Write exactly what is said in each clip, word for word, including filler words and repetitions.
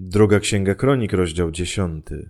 Druga Księga Kronik, rozdział dziesiąty.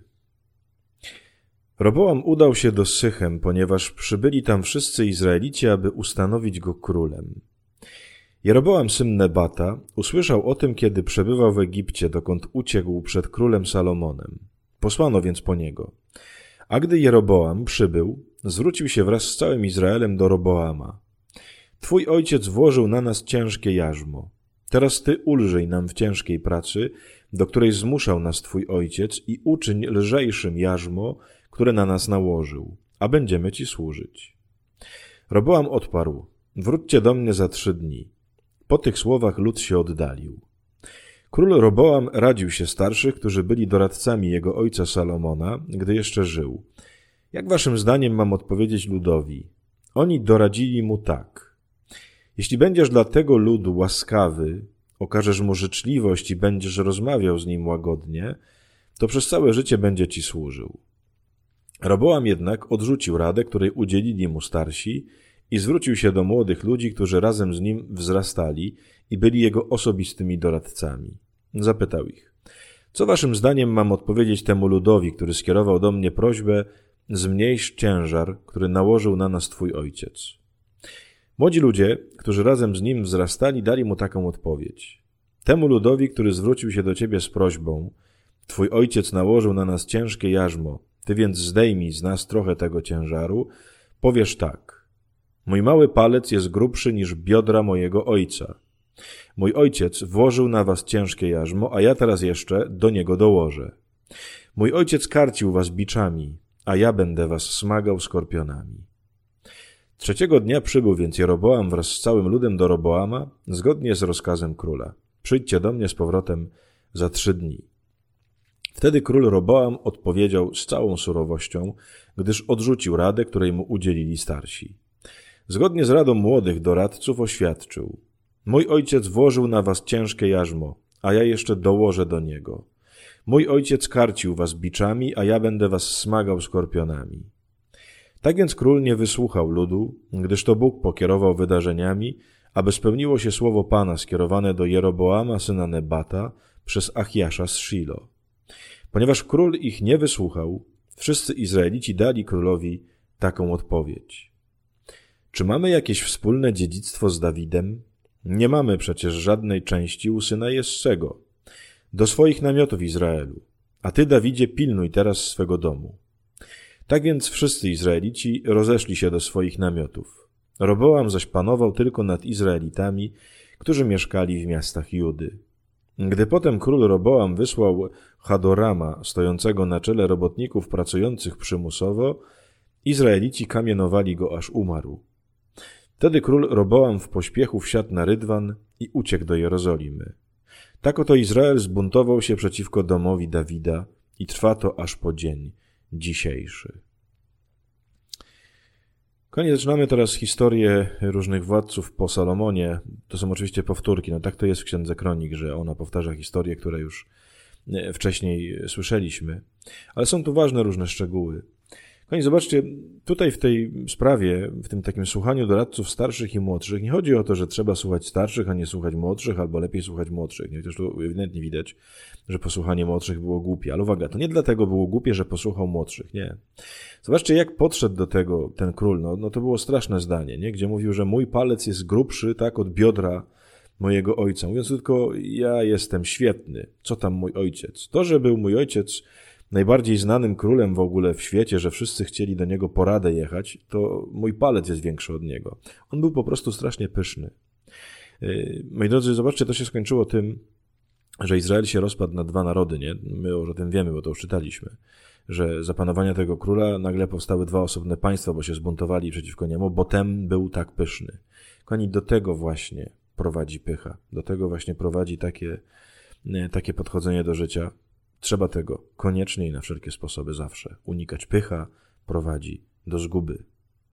Roboam udał się do Sychem, ponieważ przybyli tam wszyscy Izraelici, aby ustanowić go królem. Jeroboam, syn Nebata, usłyszał o tym, kiedy przebywał w Egipcie, dokąd uciekł przed królem Salomonem. Posłano więc po niego. A gdy Jeroboam przybył, zwrócił się wraz z całym Izraelem do Roboama. Twój ojciec włożył na nas ciężkie jarzmo. Teraz ty ulżyj nam w ciężkiej pracy, do której zmuszał nas twój ojciec, i uczyń lżejszym jarzmo, które na nas nałożył, a będziemy ci służyć. Roboam odparł: wróćcie do mnie za trzy dni. Po tych słowach lud się oddalił. Król Roboam radził się starszych, którzy byli doradcami jego ojca Salomona, gdy jeszcze żył. Jak waszym zdaniem mam odpowiedzieć ludowi? Oni doradzili mu tak: jeśli będziesz dla tego ludu łaskawy, okażesz mu życzliwość i będziesz rozmawiał z nim łagodnie, to przez całe życie będzie ci służył. Roboam jednak odrzucił radę, której udzielili mu starsi, i zwrócił się do młodych ludzi, którzy razem z nim wzrastali i byli jego osobistymi doradcami. Zapytał ich: co waszym zdaniem mam odpowiedzieć temu ludowi, który skierował do mnie prośbę: zmniejsz ciężar, który nałożył na nas twój ojciec? Młodzi ludzie, którzy razem z nim wzrastali, dali mu taką odpowiedź: temu ludowi, który zwrócił się do ciebie z prośbą: twój ojciec nałożył na nas ciężkie jarzmo, ty więc zdejmij z nas trochę tego ciężaru, powiesz tak: mój mały palec jest grubszy niż biodra mojego ojca. Mój ojciec włożył na was ciężkie jarzmo, a ja teraz jeszcze do niego dołożę. Mój ojciec karcił was biczami, a ja będę was smagał skorpionami. Trzeciego dnia przybył więc Jeroboam wraz z całym ludem do Roboama, zgodnie z rozkazem króla. Przyjdźcie do mnie z powrotem za trzy dni. Wtedy król Roboam odpowiedział z całą surowością, gdyż odrzucił radę, której mu udzielili starsi. Zgodnie z radą młodych doradców oświadczył: mój ojciec włożył na was ciężkie jarzmo, a ja jeszcze dołożę do niego. Mój ojciec karcił was biczami, a ja będę was smagał skorpionami. Tak więc król nie wysłuchał ludu, gdyż to Bóg pokierował wydarzeniami, aby spełniło się słowo Pana skierowane do Jeroboama, syna Nebata, przez Achiasza z Shilo. Ponieważ król ich nie wysłuchał, wszyscy Izraelici dali królowi taką odpowiedź: czy mamy jakieś wspólne dziedzictwo z Dawidem? Nie mamy przecież żadnej części u syna Jessego. Do swoich namiotów, Izraelu, a ty, Dawidzie, pilnuj teraz swego domu. Tak więc wszyscy Izraelici rozeszli się do swoich namiotów. Roboam zaś panował tylko nad Izraelitami, którzy mieszkali w miastach Judy. Gdy potem król Roboam wysłał Hadorama, stojącego na czele robotników pracujących przymusowo, Izraelici kamienowali go, aż umarł. Wtedy król Roboam w pośpiechu wsiadł na rydwan i uciekł do Jerozolimy. Tak oto Izrael zbuntował się przeciwko domowi Dawida i trwa to aż po dzień dzisiejszy. Konie, zaczynamy teraz historię różnych władców po Salomonie. To są oczywiście powtórki. No tak to jest w Księdze Kronik, że ona powtarza historie, które już wcześniej słyszeliśmy. Ale są tu ważne różne szczegóły. Konie, zobaczcie, tutaj w tej sprawie, w tym takim słuchaniu doradców starszych i młodszych, nie chodzi o to, że trzeba słuchać starszych, a nie słuchać młodszych, albo lepiej słuchać młodszych. Nie? Chociaż tu ewidentnie widać, że posłuchanie młodszych było głupie. Ale uwaga, to nie dlatego było głupie, że posłuchał młodszych. Nie. Zobaczcie, jak podszedł do tego ten król. No, no to było straszne zdanie, nie? Gdzie mówił, że mój palec jest grubszy, tak, od biodra mojego ojca. Mówiąc tylko: ja jestem świetny. Co tam mój ojciec? To, że był mój ojciec najbardziej znanym królem w ogóle w świecie, że wszyscy chcieli do niego po radę jechać, to mój palec jest większy od niego. On był po prostu strasznie pyszny. Moi drodzy, zobaczcie, to się skończyło tym, że Izrael się rozpadł na dwa narody, nie? My już o tym wiemy, bo to już czytaliśmy, że za panowania tego króla nagle powstały dwa osobne państwa, bo się zbuntowali przeciwko niemu, bo ten był tak pyszny. Kochani, do tego właśnie prowadzi pycha, do tego właśnie prowadzi takie, takie podchodzenie do życia. Trzeba tego koniecznie i na wszelkie sposoby zawsze unikać. Pycha prowadzi do zguby.